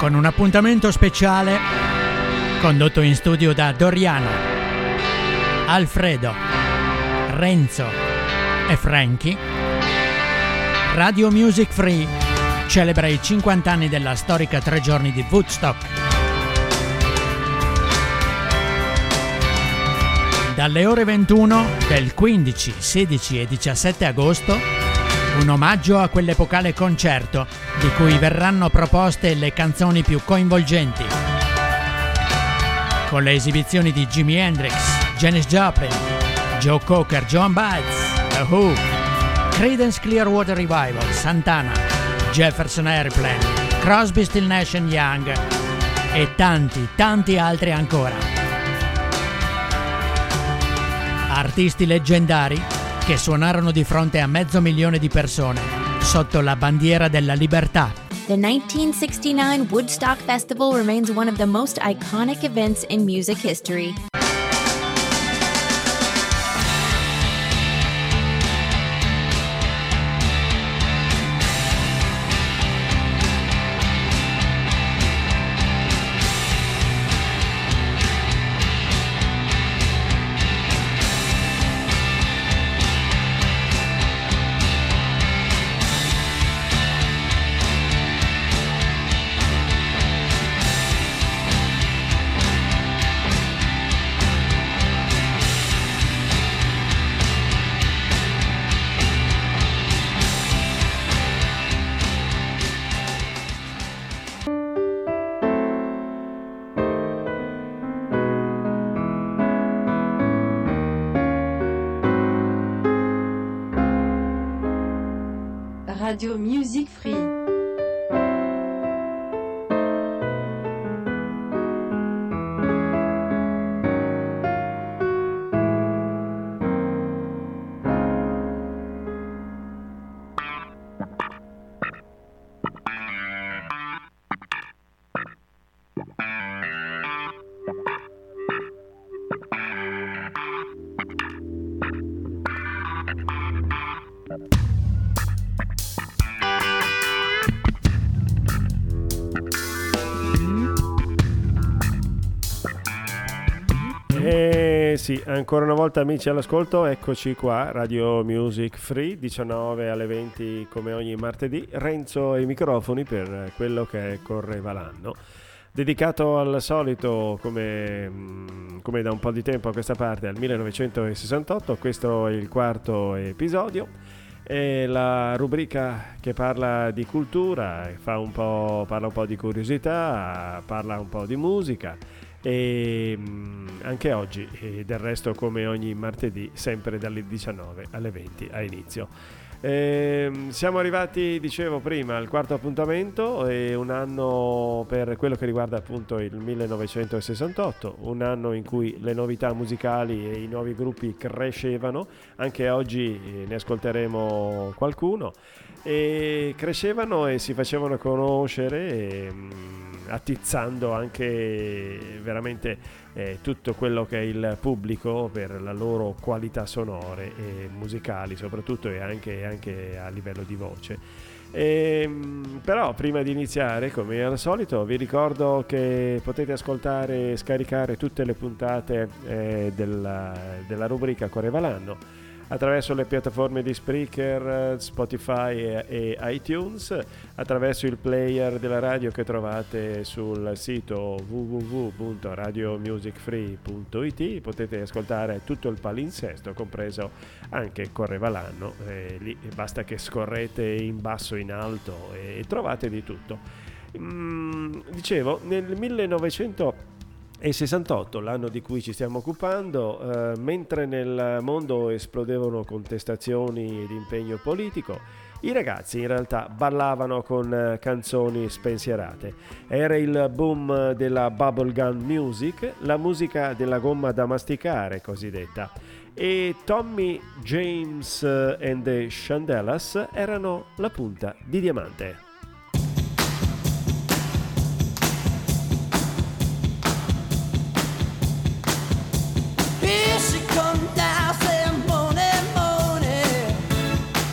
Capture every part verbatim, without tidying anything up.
con un appuntamento speciale condotto in studio da Doriano, Alfredo, Renzo e Frankie. Radio Music Free celebra i cinquanta anni della storica tre giorni di Woodstock. Dalle ore ventuno del quindici, sedici e diciassette agosto, un omaggio a quell'epocale concerto di cui verranno proposte le canzoni più coinvolgenti, con le esibizioni di Jimi Hendrix, Janis Joplin, Joe Cocker, Joan Baez, The Who, Creedence Clearwater Revival, Santana, Jefferson Airplane, Crosby, Still Nash and Young e tanti, tanti altri ancora. Artisti leggendari che suonarono di fronte a mezzo milione di persone sotto la bandiera della libertà. The nineteen sixty-nine Woodstock Festival remains one of the most iconic events in music history. Radio Music Free. Sì, ancora una volta amici all'ascolto, eccoci qua, Radio Music Free, diciannove alle venti come ogni martedì, Renzo ai microfoni per quello che correva l'anno, dedicato al solito come, come da un po' di tempo a questa parte al millenovecentosessantotto. Questo è il quarto episodio, è la rubrica che parla di cultura, fa un po', parla un po' di curiosità, parla un po' di musica. E anche oggi, e del resto come ogni martedì, sempre dalle diciannove alle venti a inizio. E siamo arrivati, dicevo prima, al quarto appuntamento, e un anno per quello che riguarda appunto il millenovecentosessantotto, un anno in cui le novità musicali e i nuovi gruppi crescevano. Anche oggi ne ascolteremo qualcuno, e crescevano e si facevano conoscere, e, attizzando anche veramente eh, tutto quello che è il pubblico per la loro qualità sonore e musicali soprattutto, e anche, anche a livello di voce. E, però prima di iniziare, come al solito, vi ricordo che potete ascoltare e scaricare tutte le puntate eh, della, della rubrica Correva l'anno attraverso le piattaforme di Spreaker, Spotify e, e iTunes, attraverso il player della radio che trovate sul sito w w w punto radio music free punto i t. Potete ascoltare tutto il palinsesto, compreso anche Correva l'anno, e lì basta che scorrete in basso, in alto, e trovate di tutto. Mm, dicevo, nel millenovecento E sessantotto, l'anno di cui ci stiamo occupando, eh, mentre nel mondo esplodevano contestazioni ed impegno politico, i ragazzi in realtà ballavano con eh, canzoni spensierate. Era il boom della bubblegum music, la musica della gomma da masticare cosiddetta, e Tommy James and the Shandelas erano la punta di diamante.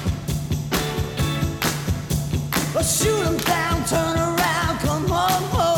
Shoot 'em down, turn around, come on home.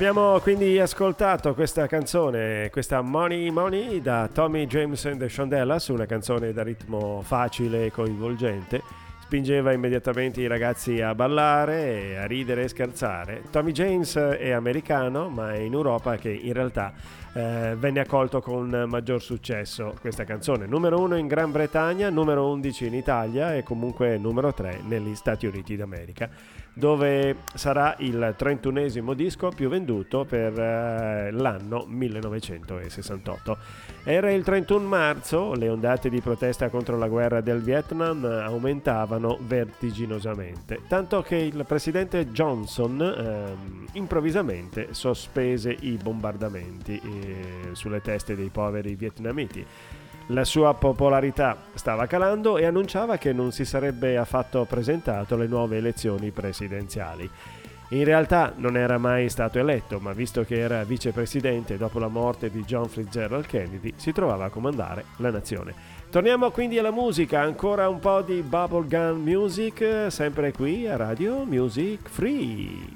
Abbiamo quindi ascoltato questa canzone, questa Money Money da Tommy James and the Shondellas, una canzone da ritmo facile e coinvolgente. Spingeva immediatamente i ragazzi a ballare, a ridere e scherzare. Tommy James è americano, ma è in Europa che in realtà eh, venne accolto con maggior successo questa canzone. Numero uno in Gran Bretagna, numero undici in Italia e comunque numero tre negli Stati Uniti d'America, dove sarà il trentunesimo disco più venduto per eh, l'anno millenovecentosessantotto. Era il trentuno marzo, le ondate di protesta contro la guerra del Vietnam aumentavano vertiginosamente, tanto che il presidente Johnson eh, improvvisamente sospese i bombardamenti eh, sulle teste dei poveri vietnamiti. La sua popolarità stava calando e annunciava che non si sarebbe affatto presentato alle nuove elezioni presidenziali. In realtà non era mai stato eletto, ma visto che era vicepresidente dopo la morte di John Fitzgerald Kennedy, si trovava a comandare la nazione. Torniamo quindi alla musica, ancora un po' di bubblegum music, sempre qui a Radio Music Free.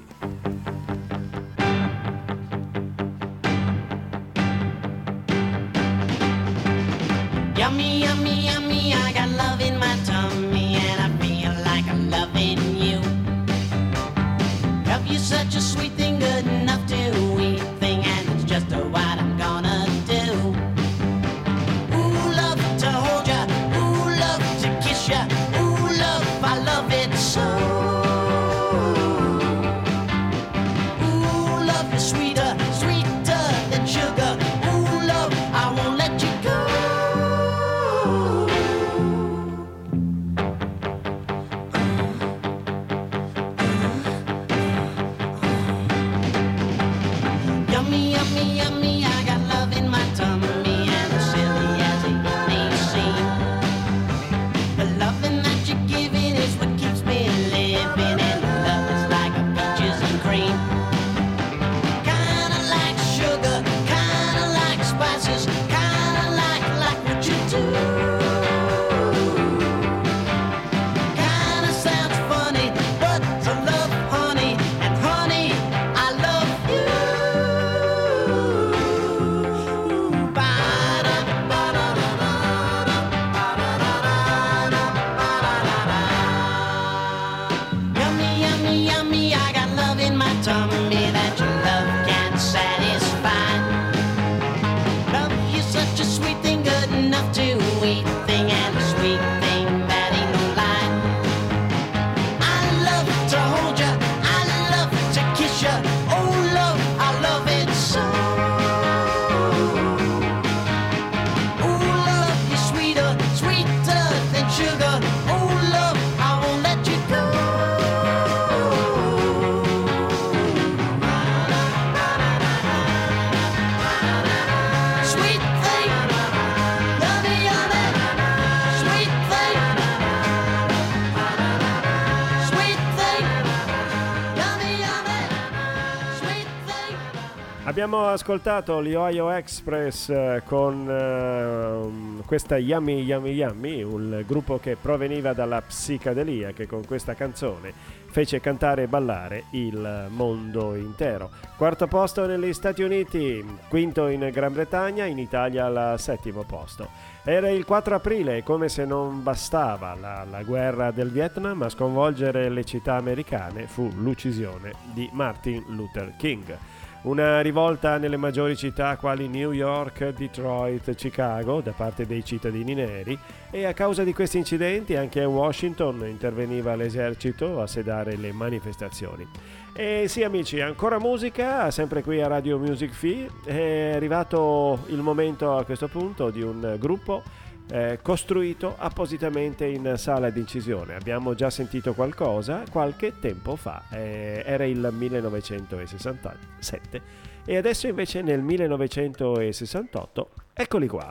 Yummy, yummy, yummy, I got love in my tummy and I feel like I'm loving you. Love you such a sweet thing, good enough to eat thing, and it's just a what I'm gonna do. Ooh, love to hold ya, ooh, love to kiss ya, ooh, love, I love it so. Ooh, love is sweeter, sweeter than sugar, ooh, love, I won't let you go. Yummy, yummy, yummy, I got love in my tummy, and as silly as it may seem, the loving that you're giving is what keeps me living, and love is like a peaches and cream. Kinda like sugar, kinda like spices, kinda like, like what you do. Kinda sounds funny, but I love honey, and honey, I love you. Yummy, yummy, yummy, I got love in my tummy that your love can't satisfy. Love you such a sweet thing, good enough to eat thing, and a sweet thing that ain't no lie. I love to hold ya, I love to kiss ya, oh love, I love it so. Oh love, you're sweeter, sweeter than sugar, oh love, I won't let you go. Sweet thing, yummy, yummy, sweet thing, sweet thing, yummy, yummy, sweet thing. Abbiamo ascoltato gli Ohio Express eh, con eh, questa Yummy Yummy Yummy, un gruppo che proveniva dalla psicadelia, che con questa canzone fece cantare e ballare il mondo intero. Quarto posto negli Stati Uniti, quinto in Gran Bretagna, in Italia al settimo posto. Era il quattro aprile, come se non bastava la, la guerra del Vietnam a sconvolgere le città americane, fu l'uccisione di Martin Luther King. Una rivolta nelle maggiori città quali New York, Detroit, Chicago da parte dei cittadini neri, e a causa di questi incidenti anche a Washington interveniva l'esercito a sedare le manifestazioni. E sì amici, ancora musica, sempre qui a Radio Music Free. È arrivato il momento a questo punto di un gruppo Eh, costruito appositamente in sala d'incisione. Abbiamo già sentito qualcosa qualche tempo fa, eh, era il millenovecentosessantasette e adesso invece nel millenovecentosessantotto eccoli qua.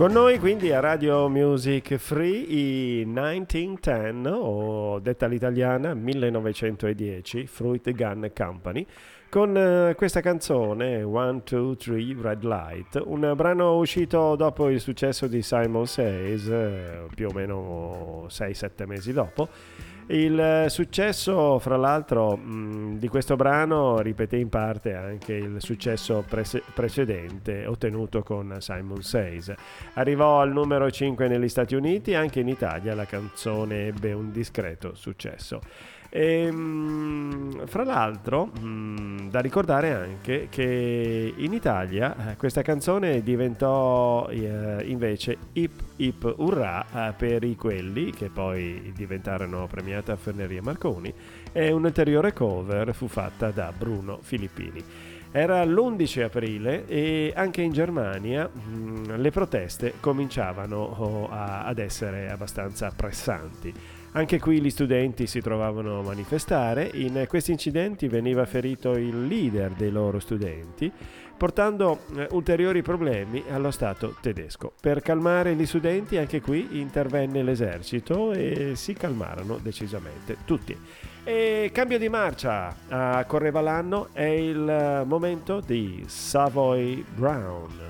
Con noi quindi a Radio Music Free i millenovecentodieci, o detta all'italiana millenovecentodieci, Fruit Gun Company, con uh, questa canzone one two three Red Light, un brano uscito dopo il successo di Simon Says, eh, più o meno sei sette mesi dopo. Il successo, fra l'altro, mh, di questo brano ripete in parte anche il successo pre- precedente ottenuto con Simon Says. Arrivò al numero cinque negli Stati Uniti, anche in Italia la canzone ebbe un discreto successo. E, mh, fra l'altro, mh, da ricordare anche che in Italia eh, questa canzone diventò eh, invece Hip Hip Urrà eh, per i Quelli, che poi diventarono premiata a Ferneria Marconi, e un'ulteriore cover fu fatta da Bruno Filippini. Era l'undici aprile e anche in Germania mh, le proteste cominciavano oh, a, ad essere abbastanza pressanti. Anche qui gli studenti si trovavano a manifestare. In questi incidenti veniva ferito il leader dei loro studenti, portando eh, ulteriori problemi allo Stato tedesco. Per calmare gli studenti anche qui intervenne l'esercito e si calmarono decisamente tutti. E cambio di marcia, uh, correva l'anno, è il momento di Savoy Brown.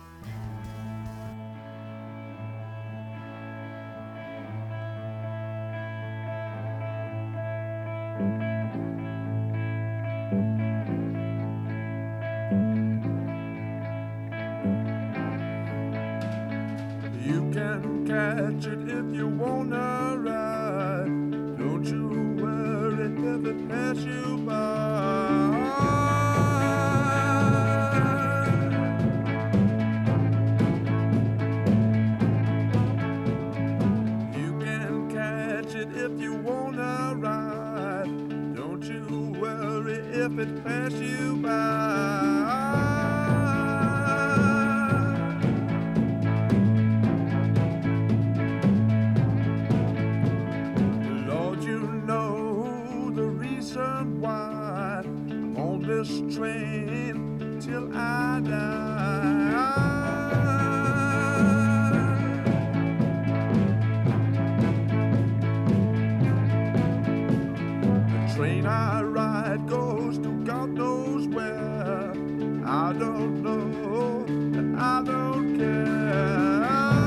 You can catch it if you wanna ride. Don't you worry if it pass you by. You can catch it if you wanna ride. Don't you worry if it pass you by. This train till I die. The train I ride goes to God knows where. I don't know, and I don't care.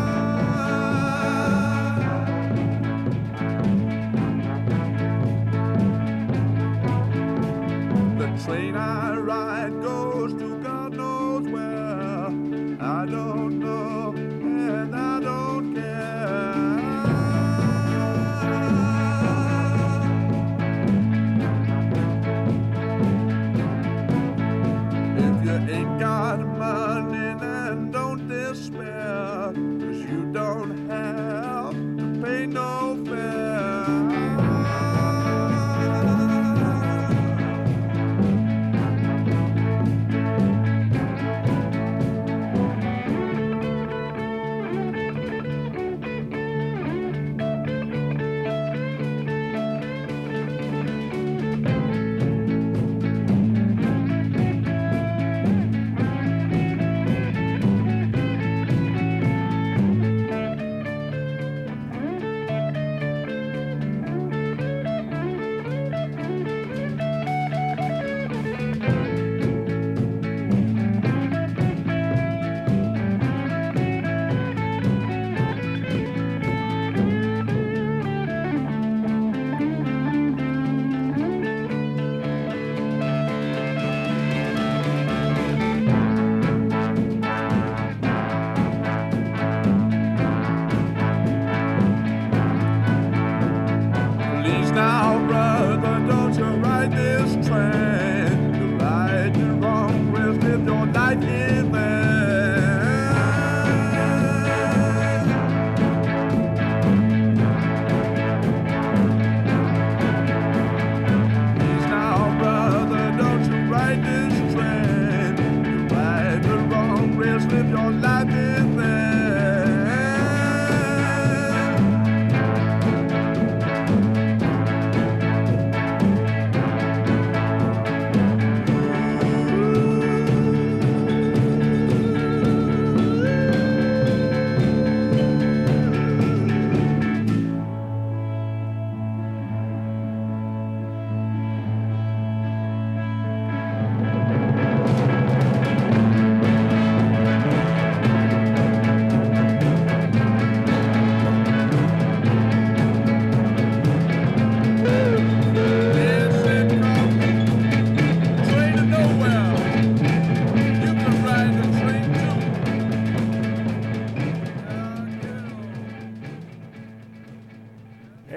The train I ride goes to God knows where. I don't know, and I don't care. If you ain't got money, then don't despair, 'cause you don't have to pay no fare.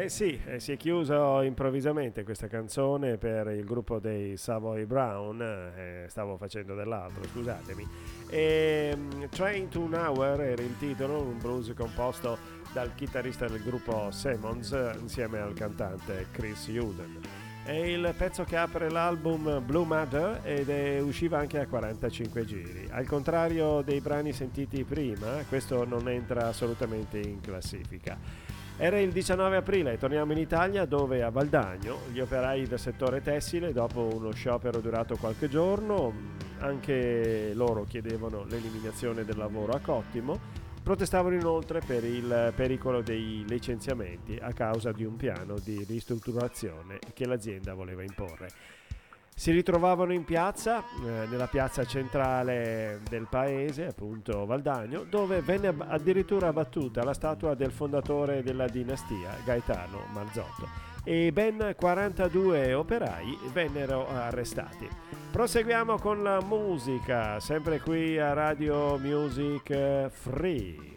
Eh sì, eh, si è chiuso improvvisamente questa canzone per il gruppo dei Savoy Brown, eh, stavo facendo dell'altro, scusatemi. E, um, Train to an Hour era il titolo, un blues composto dal chitarrista del gruppo Simmons insieme al cantante Chris Huden. È il pezzo che apre l'album Blue Mother ed è usciva anche a quarantacinque giri. Al contrario dei brani sentiti prima, questo non entra assolutamente in classifica. Era il diciannove aprile, torniamo in Italia dove a Valdagno gli operai del settore tessile, dopo uno sciopero durato qualche giorno, anche loro chiedevano l'eliminazione del lavoro a cottimo. Protestavano inoltre per il pericolo dei licenziamenti a causa di un piano di ristrutturazione che l'azienda voleva imporre. Si ritrovavano in piazza, eh, nella piazza centrale del paese, appunto Valdagno, dove venne addirittura abbattuta la statua del fondatore della dinastia, Gaetano Marzotto, e ben quarantadue operai vennero arrestati. Proseguiamo con la musica, sempre qui a Radio Music Free.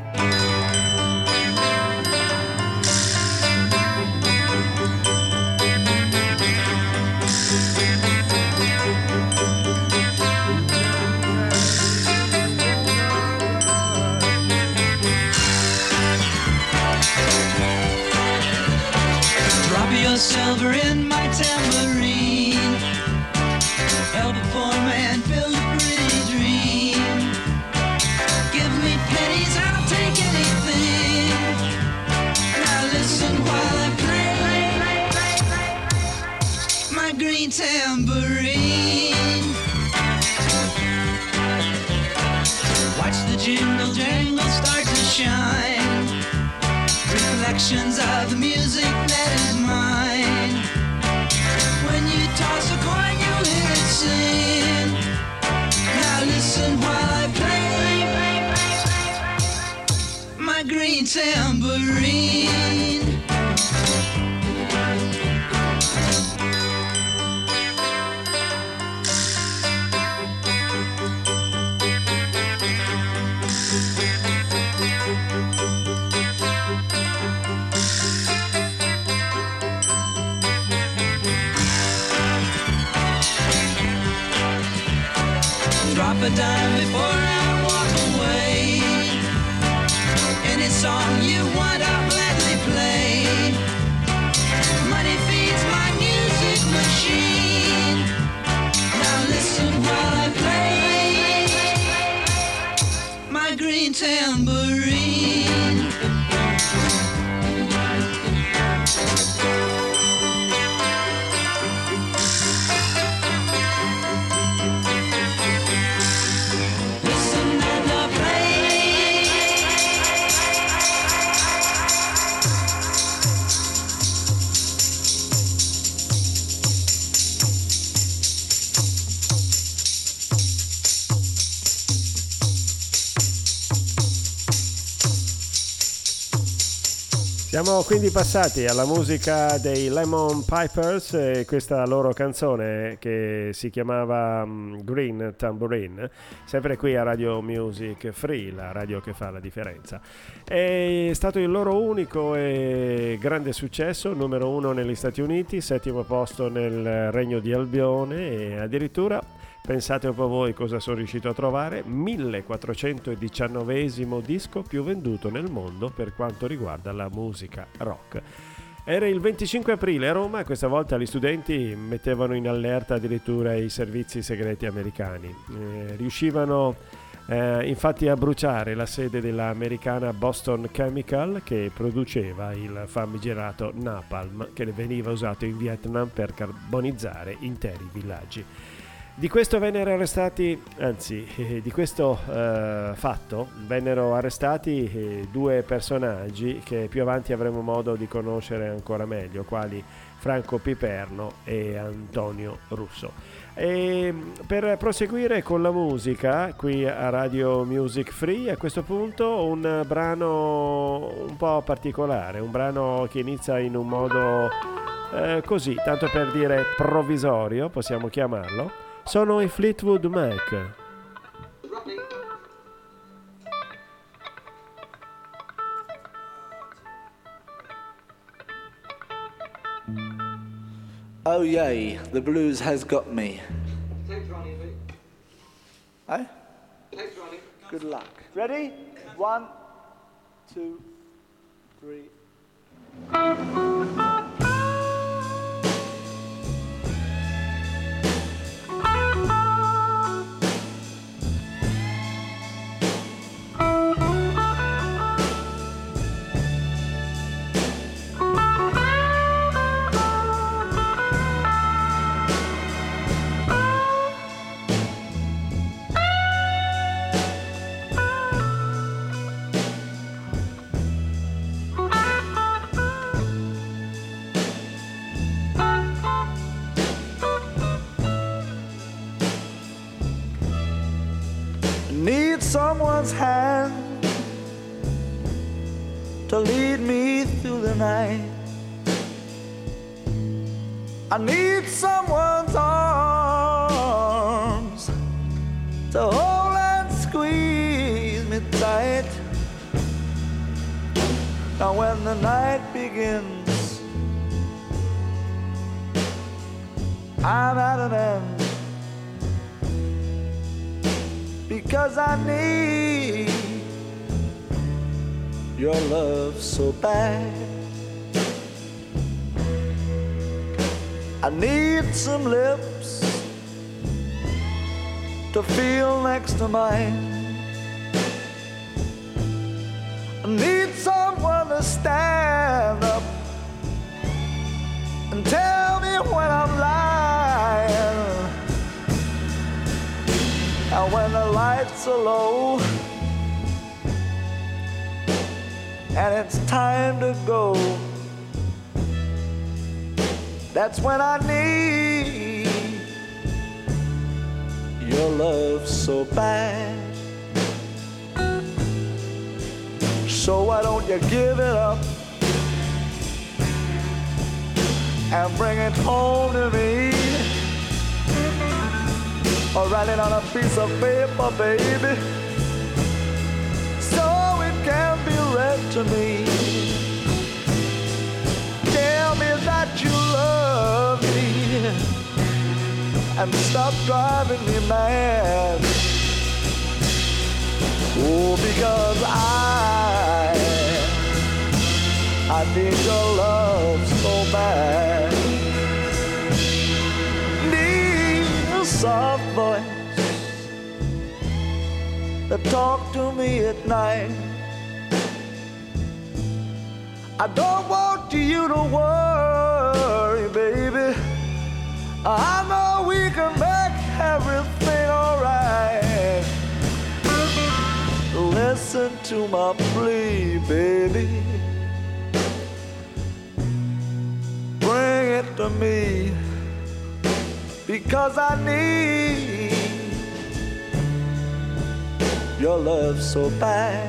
Drop your silver in my tambourine, help a poor man build a pretty dream. Give me pennies, I'll take anything. Now listen while I play my green tambourine. Watch the jingle jangle start to shine, reflections of the music that is mine. When you toss a coin, you hear it sing. Now listen while I play my green tambourine. Drop a dime before I walk away. Any song you want, I'll gladly play. Money feeds my music machine. Now listen while I play my green tambourine. Siamo quindi passati alla musica dei Lemon Pipers e questa loro canzone che si chiamava um, Green Tambourine, sempre qui a Radio Music Free, la radio che fa la differenza. È stato il loro unico e grande successo, numero uno negli Stati Uniti, settimo posto nel Regno di Albione e addirittura, pensate un po' voi cosa sono riuscito a trovare, millequattrocentodiciannovesimo disco più venduto nel mondo per quanto riguarda la musica rock. Era il venticinque aprile a Roma e questa volta gli studenti mettevano in allerta addirittura i servizi segreti americani. Eh, riuscivano eh, infatti a bruciare la sede dell'americana Boston Chemical che produceva il famigerato napalm che veniva usato in Vietnam per carbonizzare interi villaggi. Di questo vennero arrestati, anzi, eh, di questo eh, fatto vennero arrestati eh, due personaggi che più avanti avremo modo di conoscere ancora meglio, quali Franco Piperno e Antonio Russo. E per proseguire con la musica, qui a Radio Music Free, a questo punto un brano un po' particolare, un brano che inizia in un modo eh, così, tanto per dire provvisorio, possiamo chiamarlo. Sono i Fleetwood Mac. Oh yay, the blues has got me. Thanks, Ronnie. Eh? Thanks, Ronnie. Good luck. Ready? One, two, three. Need someone's hand to lead me through the night. I need someone's arms to hold and squeeze me tight. Now when the night begins, I'm at an end, because I need your love so bad. I need some lips to feel next to mine. I need someone to stand up and tell me when I'm lying. And when the lights are low and it's time to go, that's when I need your love so bad. So why don't you give it up and bring it home to me? Or write it on a piece of paper, baby, so it can be read to me. Tell me that you love me and stop driving me mad. Oh, because I, I need your love so bad. Soft voice that talk to me at night. I don't want you to worry, baby. I know we can make everything alright. Listen to my plea, baby. Bring it to me, because I need your love so bad.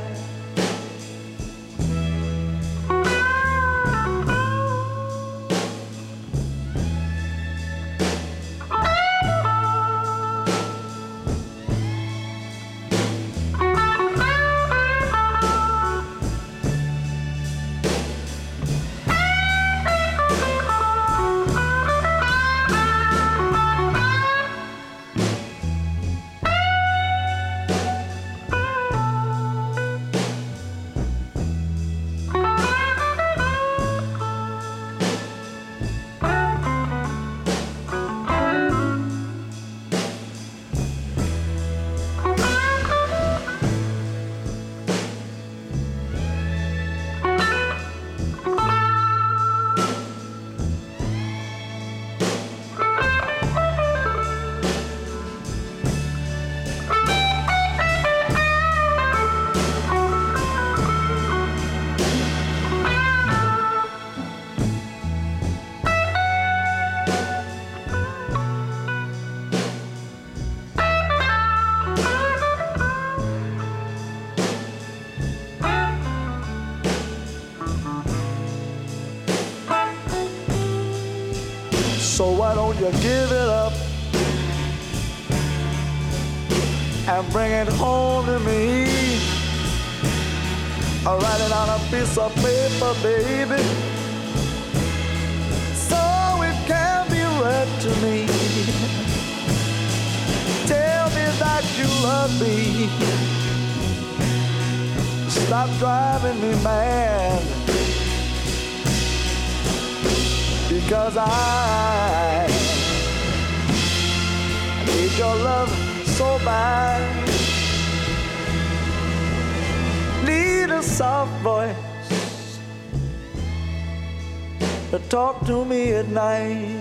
So why don't you give it up and bring it home to me? I'll write it on a piece of paper, baby, so it can be it to me. Tell me that you love me. Stop driving me mad, because I need your love so bad. Need a soft voice to talk to me at night.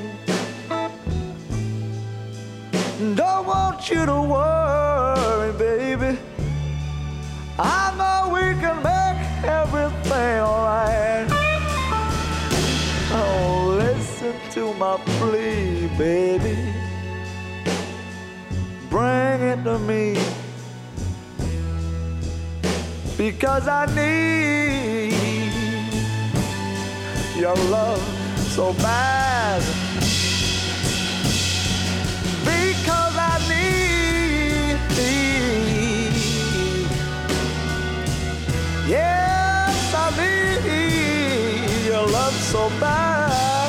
Don't want you to worry, baby. I know we can make everything alright. Oh, listen to my plea, baby. Bring it to me, because I need your love so bad. Because I need, yes, I need your love so bad.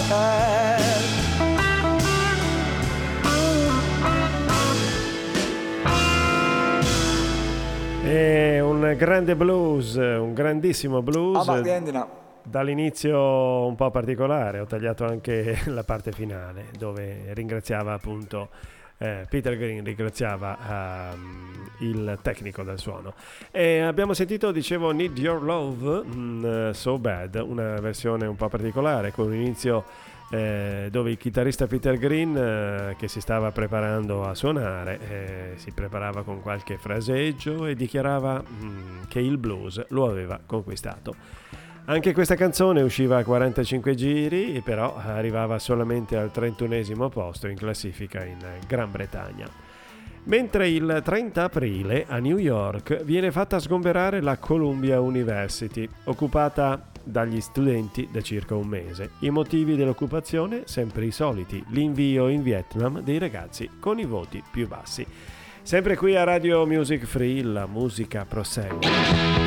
È un grande blues, un grandissimo blues. Ah, ma dall'inizio un po' particolare. Ho tagliato anche la parte finale dove ringraziava appunto eh, Peter Green, ringraziava um, il tecnico del suono. E abbiamo sentito, dicevo, Need Your Love, mm, So Bad, una versione un po' particolare con un inizio eh, dove il chitarrista Peter Green eh, che si stava preparando a suonare eh, si preparava con qualche fraseggio e dichiarava mm, che il blues lo aveva conquistato. Anche questa canzone usciva a quarantacinque giri, però arrivava solamente al trentunesimo posto in classifica in Gran Bretagna. Mentre il trenta aprile a New York viene fatta sgomberare la Columbia University, occupata dagli studenti da circa un mese. I motivi dell'occupazione sempre i soliti: l'invio in Vietnam dei ragazzi con i voti più bassi. Sempre qui a Radio Music Free la musica prosegue.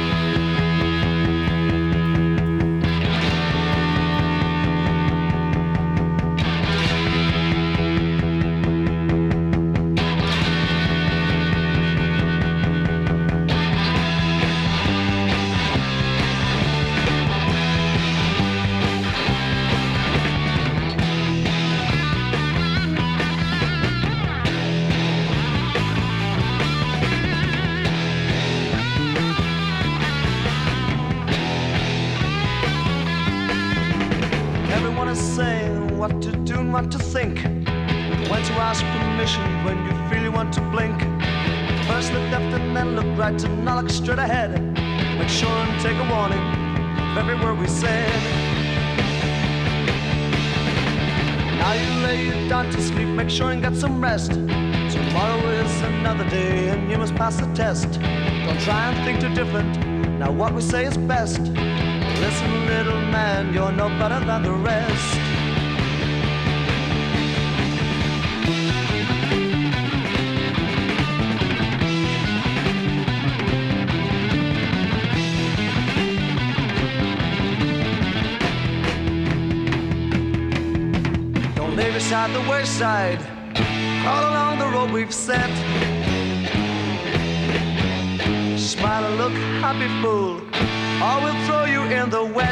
What to think, when to ask permission, when you feel you want to blink. First look left and then look right and now look straight ahead. Make sure and take a warning of every word we said. Now you lay you down to sleep, make sure and get some rest. Tomorrow is another day and you must pass the test. Don't try and think too different, now what we say is best. Listen, little man, you're no better than the rest. Beside the wayside, all along the road we've set. Smile and look happy, fool, or we'll throw you in the wet.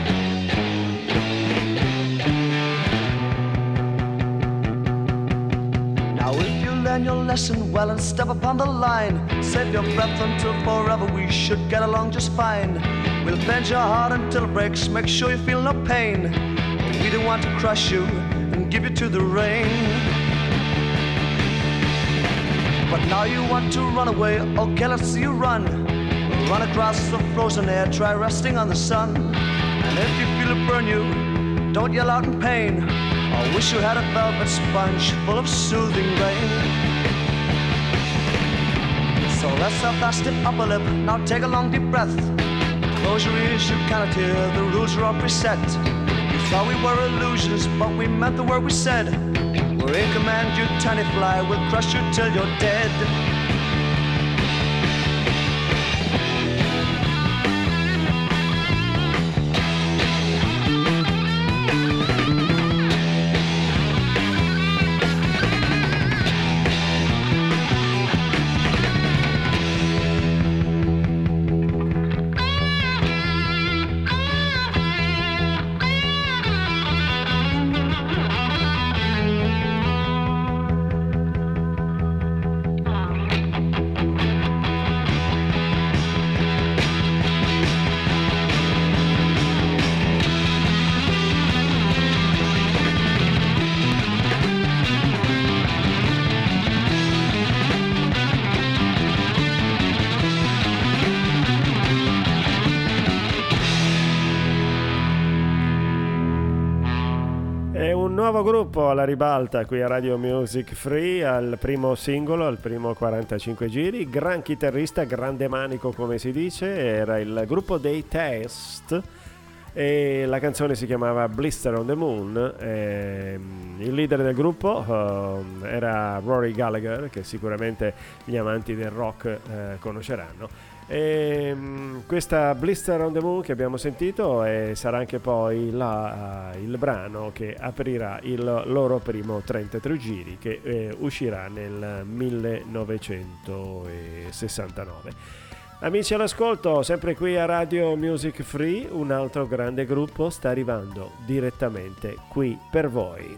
Now if you learn your lesson well and step upon the line, save your breath until forever, we should get along just fine. We'll bend your heart until it breaks, make sure you feel no pain. We don't want to crush you, give you to the rain. But now you want to run away, okay, let's see you run. Run across the frozen air, try resting on the sun. And if you feel it burn you, don't yell out in pain. I wish you had a velvet sponge full of soothing rain. So let's have that stiff upper lip, now take a long deep breath. Close your ears, you cannot hear, the rules are all preset. Thought we were illusions, but we meant the word we said. We're in command, you tiny fly, we'll crush you till you're dead. nuovo gruppo alla ribalta qui a Radio Music Free, al primo singolo, al primo quarantacinque giri, gran chitarrista, grande manico come si dice, era il gruppo dei Test e la canzone si chiamava Blister on the Moon. E il leader del gruppo uh, era Rory Gallagher, che sicuramente gli amanti del rock uh, conosceranno. E, um, questa Blister on the Moon che abbiamo sentito e sarà anche poi la, uh, il brano che aprirà il loro primo trentatré giri, che eh, uscirà nel millenovecentosessantanove. Amici all'ascolto, sempre qui a Radio Music Free, un altro grande gruppo sta arrivando direttamente qui per voi.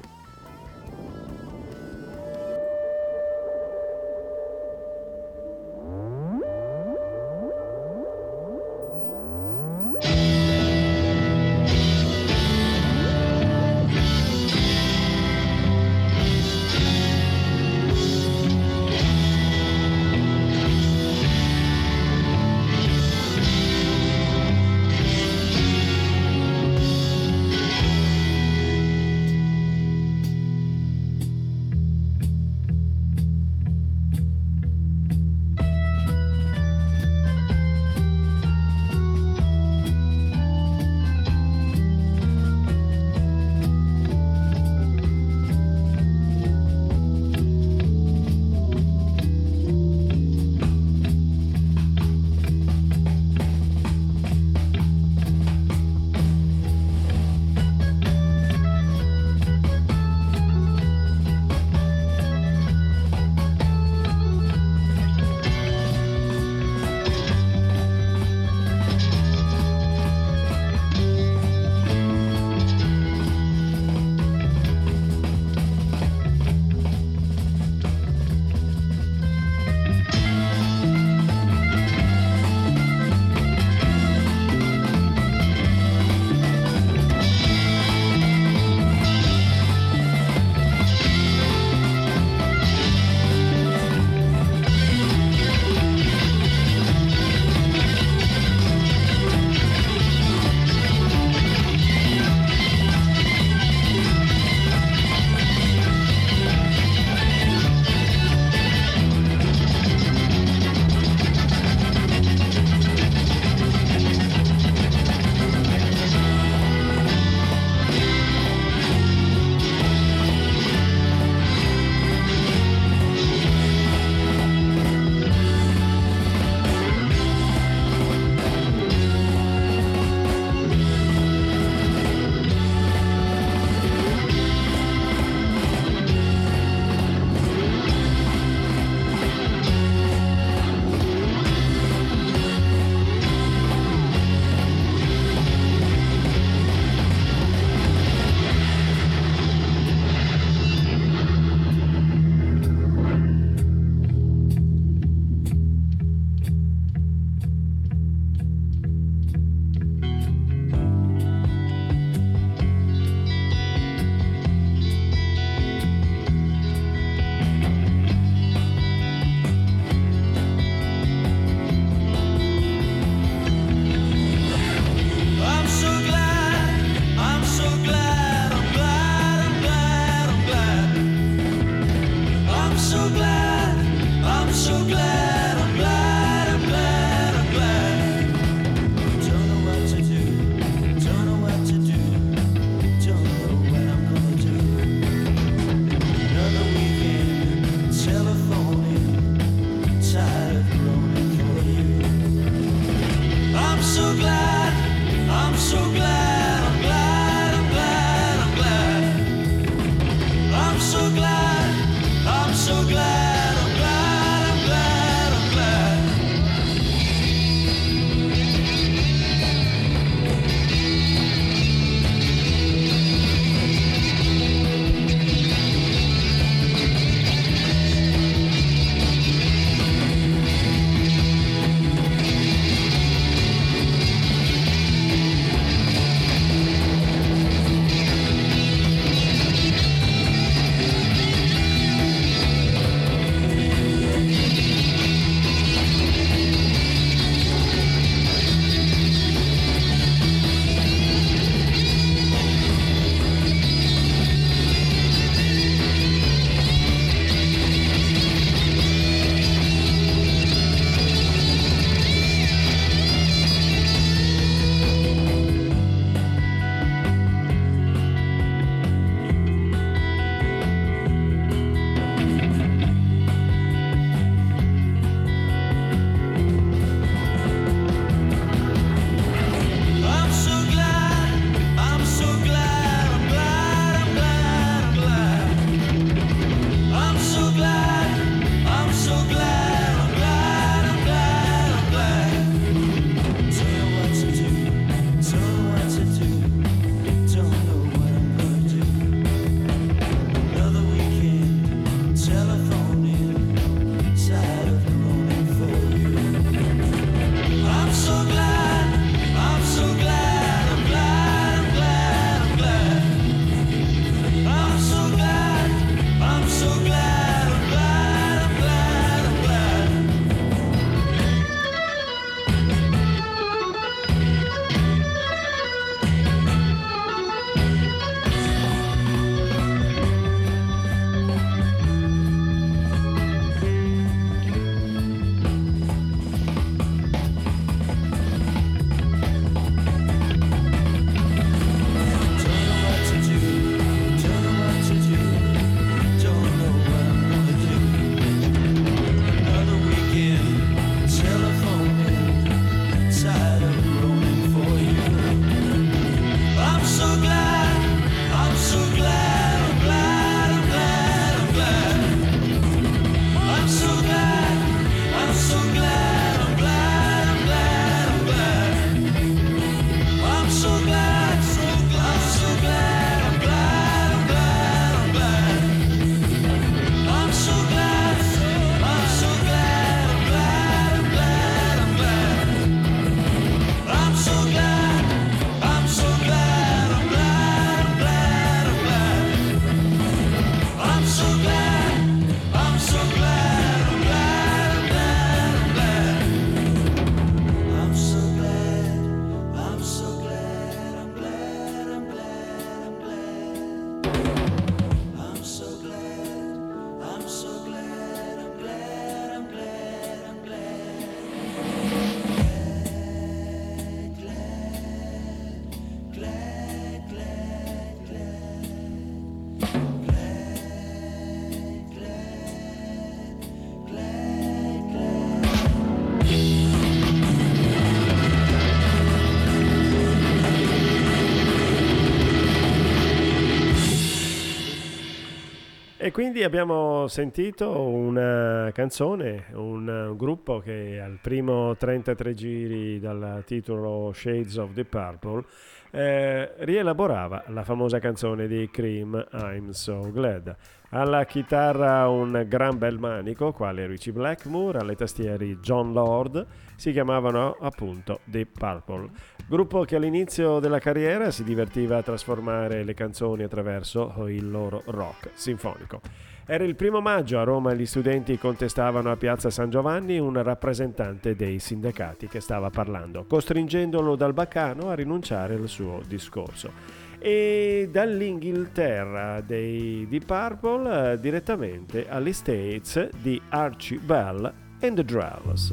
E quindi abbiamo sentito una canzone, un, un gruppo che al primo trentatré giri dal titolo Shades of the Purple eh, rielaborava la famosa canzone di Cream, I'm So Glad. Alla chitarra un gran bel manico, quale Richie Blackmore, alle tastiere John Lord, si chiamavano appunto The Purple. Gruppo che all'inizio della carriera si divertiva a trasformare le canzoni attraverso il loro rock sinfonico. Era il primo maggio, a Roma gli studenti contestavano a Piazza San Giovanni un rappresentante dei sindacati che stava parlando, costringendolo dal baccano a rinunciare al suo discorso. E dall'Inghilterra dei Deep Purple eh, direttamente agli States di Archie Bell and the Drells.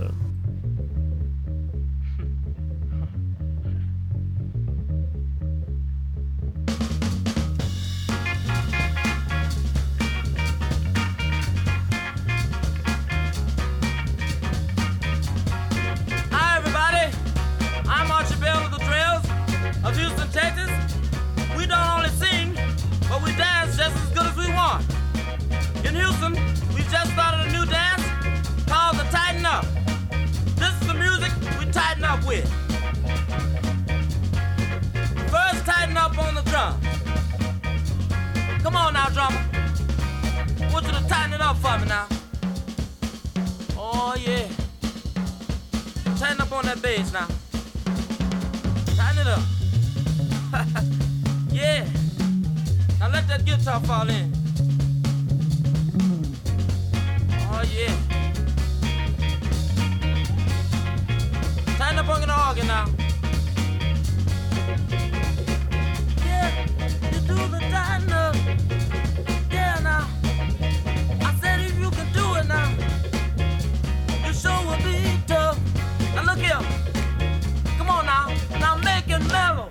Hi everybody, I'm Archie Bell of the Drells of Houston, Texas. We don't only sing, but we dance just as good as we want. In Houston, we just started a new dance called the Tighten Up. This is the music we tighten up with. First, tighten up on the drums. Come on now, drummer. I want you to tighten it up for me now. Oh, yeah. Tighten up on that bass now. Tighten it up. Yeah. Now let that guitar fall in. Oh yeah. Tighten up on the organ now. Yeah, you do the tighten up. Yeah now. I said if you can do it now, you sure will be tough. Now look here. Come on now. Now make it mellow.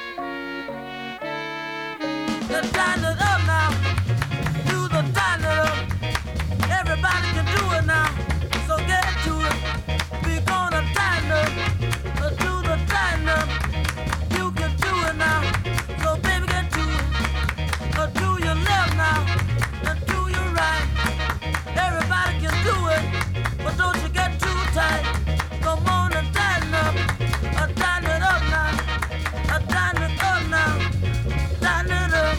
Let's tighten it up now. Do the tighten it up. Everybody can do it now. So get to it. We're gonna tighten up. Let's do the tighten up. You can do it now. So baby get to it. Let's do your left now. Let's do your right. Everybody can do it. But don't you get too tight. Come on and tighten up. Let's tighten it up now. Let's tighten it up now. Tighten it up.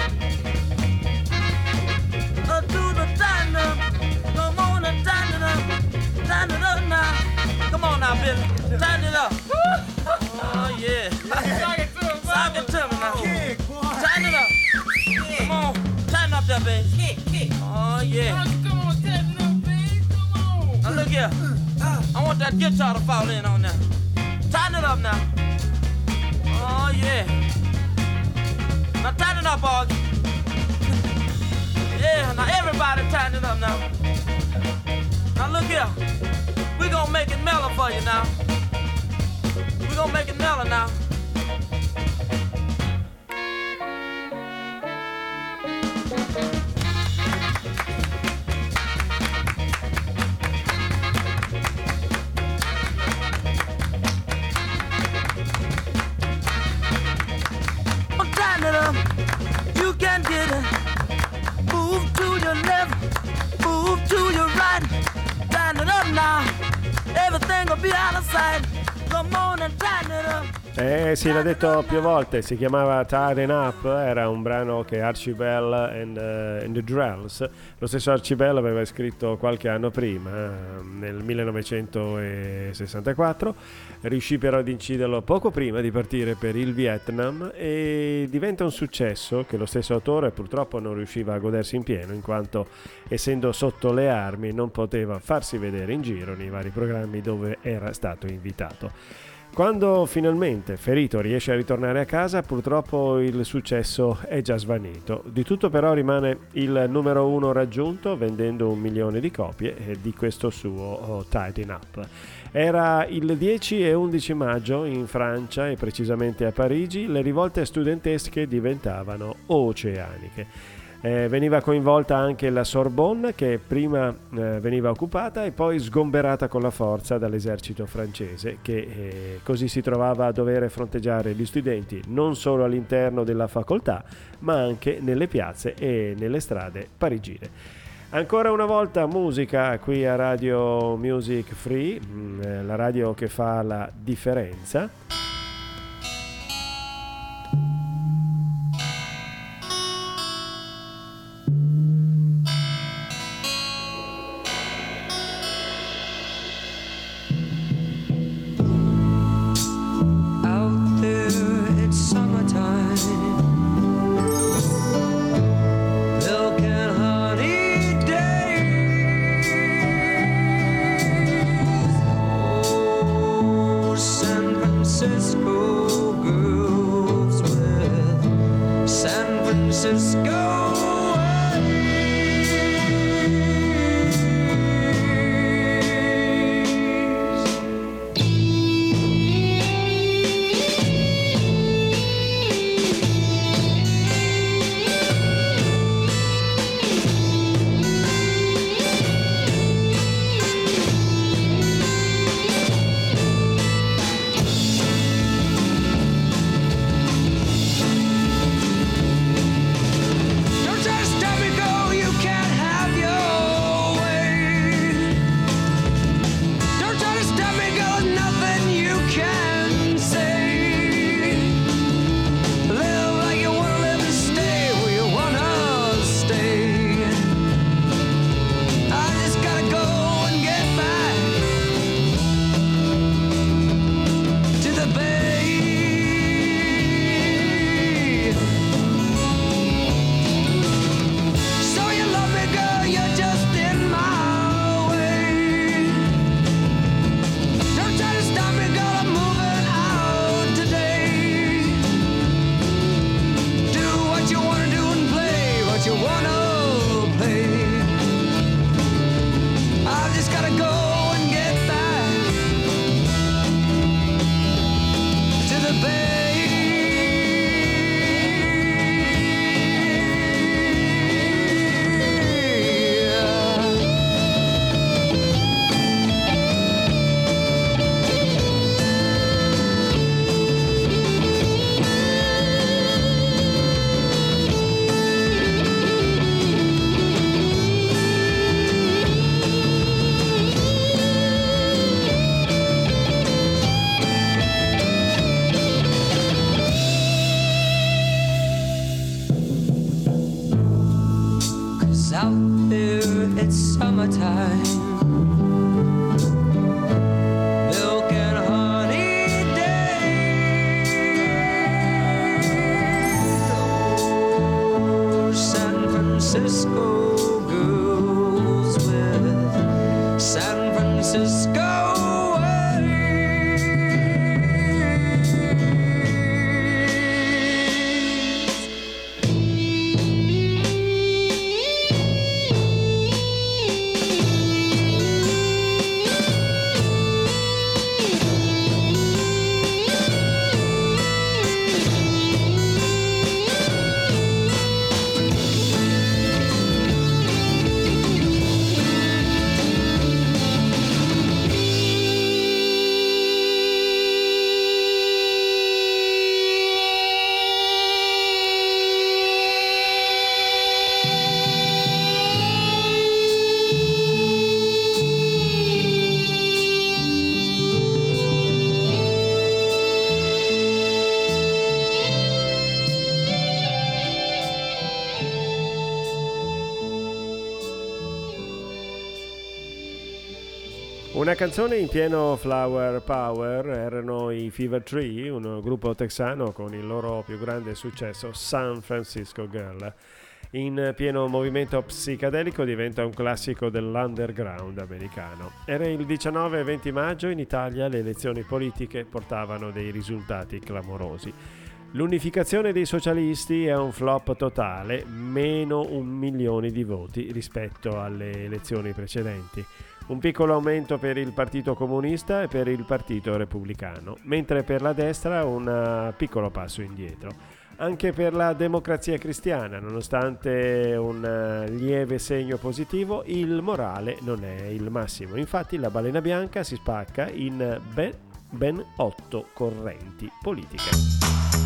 Let's do the tighten up. Come on and tighten it up. Tighten it up now. Come on now, Billy. Tighten it up. Oh, yeah. Sock it to him, Sock it to me now. Kick, boy. Tighten it up. Kick. Come on. Tighten up that bass. Kick, kick. Oh, yeah. Come on, tighten it up, bass. Come on. Now, look here. I want that guitar to fall in on that. Tighten it up now. Oh, yeah. Now, tighten it up, Augie. Yeah, now everybody tighten it up now. Now look here. We gonna make it mellow for you now. We gonna make it mellow now. Tighten it up. You can get it. Move to your left, move to your right. Tighten it up now. Everything will be out of sight. Come on and tighten it up. Eh sì, l'ha detto più volte, si chiamava Tighten Up, era un brano che Archie Bell and, uh, and the Drells, lo stesso Archie Bell aveva scritto qualche anno prima, nel millenovecentosessantaquattro, riuscì però ad inciderlo poco prima di partire per il Vietnam e diventa un successo che lo stesso autore purtroppo non riusciva a godersi in pieno, in quanto essendo sotto le armi non poteva farsi vedere in giro nei vari programmi dove era stato invitato. Quando finalmente, ferito, riesce a ritornare a casa, purtroppo il successo è già svanito. Di tutto però rimane il numero uno raggiunto, vendendo un milione di copie di questo suo oh, Tighten Up. Era il dieci e undici maggio in Francia e precisamente a Parigi le rivolte studentesche diventavano oceaniche. Eh, veniva coinvolta anche la Sorbonne, che prima eh, veniva occupata e poi sgomberata con la forza dall'esercito francese, che eh, così si trovava a dover fronteggiare gli studenti non solo all'interno della facoltà, ma anche nelle piazze e nelle strade parigine. Ancora una volta musica qui a Radio Music Free, mh, la radio che fa la differenza. Una canzone in pieno flower power erano i Fever Tree, un gruppo texano con il loro più grande successo San Francisco Girl. In pieno movimento psichedelico diventa un classico dell'underground americano. Era il diciannove e venti maggio, in Italia le elezioni politiche portavano dei risultati clamorosi. L'unificazione dei socialisti è un flop totale, meno un milione di voti rispetto alle elezioni precedenti. Un piccolo aumento per il Partito Comunista e per il Partito Repubblicano, mentre per la destra un piccolo passo indietro. Anche per la Democrazia Cristiana, nonostante un eh, lieve segno positivo, il morale non è il massimo. Infatti la Balena Bianca si spacca in ben, ben otto correnti politiche.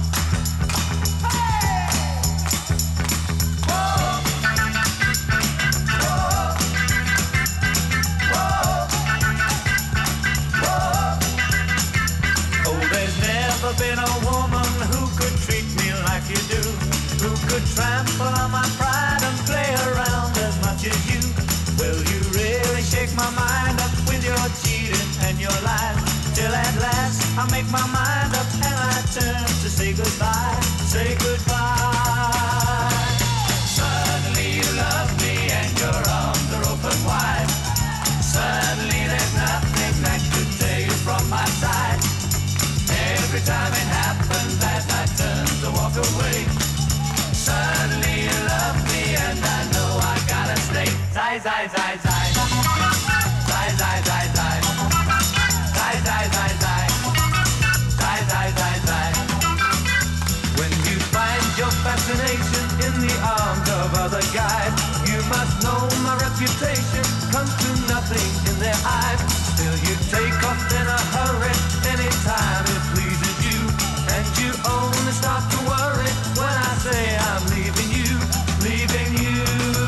Been a woman who could treat me like you do, who could trample on my pride and play around as much as you. Will you really shake my mind up with your cheating and your lies? Till at last I make my mind up and I turn to say goodbye, say goodbye. Suddenly you love me and your arms are open wide. Suddenly there's nothing that could tear you from my side. Every time it happens that I turn to walk away, suddenly you love me and I know I gotta stay. Zai, zai, zai, zai. Zai, zai, zai, zai. Zai, zai, zai, zai. Zai, zai, zai, zai. When you find your fascination in the arms of other guys, you must know my reputation comes to nothing in their eyes. Still you take off in a hurry anytime it pleases you, and you only start to worry when I say I'm leaving you, leaving you.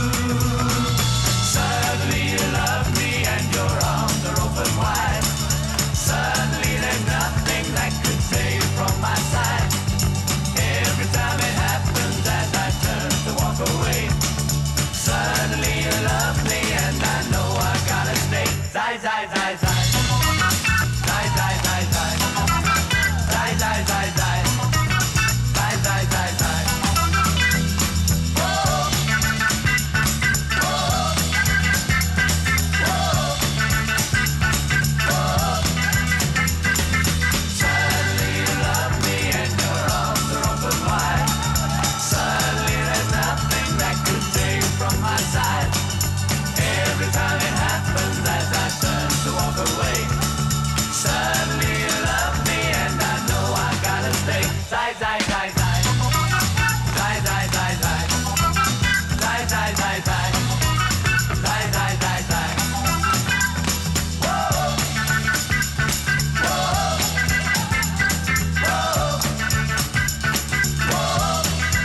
Suddenly you love me and your arms are open wide. Suddenly there's nothing that could tear you from my side. Every time it happens as I turn to walk away, suddenly you love me and I know I gotta stay. Zai, zai, zai, zai. Zai, zai, zai, zai. Zai, zai, zai, zai. Zai, zai, zai, zai. Whoa. Whoa. Whoa. Whoa. Suddenly you love me and your arms are open wide. Suddenly there's nothing that could tear you from my side. Every time it happens as I turn to walk away, suddenly you love me and I know I gotta stay. Zai, zai, zai, zai. Zai, zai, zai, zai. Zai, zai, zai, zai. Zai, zai, zai, zai. Whoa. Whoa. Whoa. Whoa.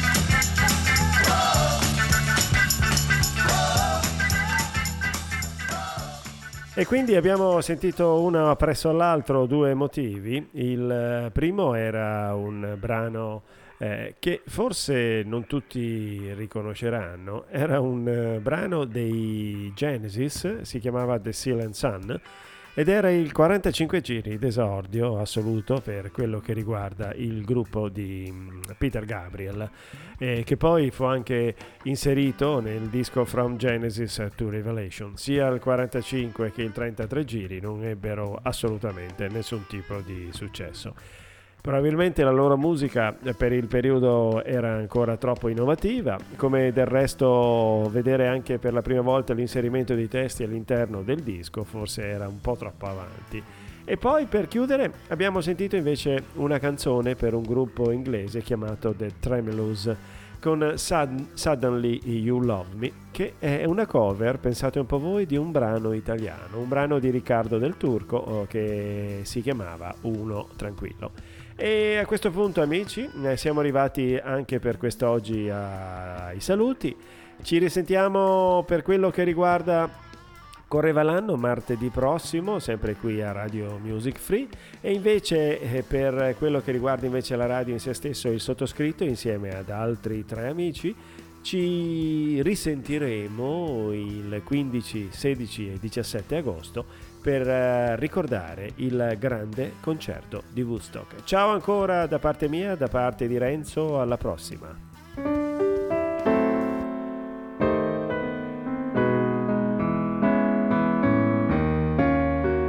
E quindi abbiamo sentito uno appresso all'altro due motivi. Il primo era un brano eh, che forse non tutti riconosceranno, era un eh, brano dei Genesis, si chiamava The Seal and Sun, ed era il quarantacinque giri d'esordio assoluto per quello che riguarda il gruppo di um, Peter Gabriel, eh, che poi fu anche inserito nel disco From Genesis to Revelation. Sia il quarantacinque che il trentatré giri non ebbero assolutamente nessun tipo di successo. Probabilmente la loro musica per il periodo era ancora troppo innovativa, come del resto vedere anche per la prima volta l'inserimento dei testi all'interno del disco forse era un po' troppo avanti. E poi per chiudere abbiamo sentito invece una canzone per un gruppo inglese chiamato The Tremeloos con Sud- Suddenly You Love Me, che è una cover, pensate un po' voi, di un brano italiano, un brano di Riccardo Del Turco che si chiamava Uno Tranquillo. E a questo punto, amici, siamo arrivati anche per quest'oggi ai saluti. Ci risentiamo per quello che riguarda Correva l'anno martedì prossimo, sempre qui a Radio Music Free, e invece eh, per quello che riguarda invece la radio in se stesso, il sottoscritto insieme ad altri tre amici ci risentiremo il quindici, sedici e diciassette agosto per eh, ricordare il grande concerto di Woodstock. Ciao ancora da parte mia, da parte di Renzo, alla prossima.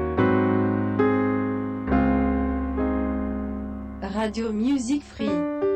Radio Music Free.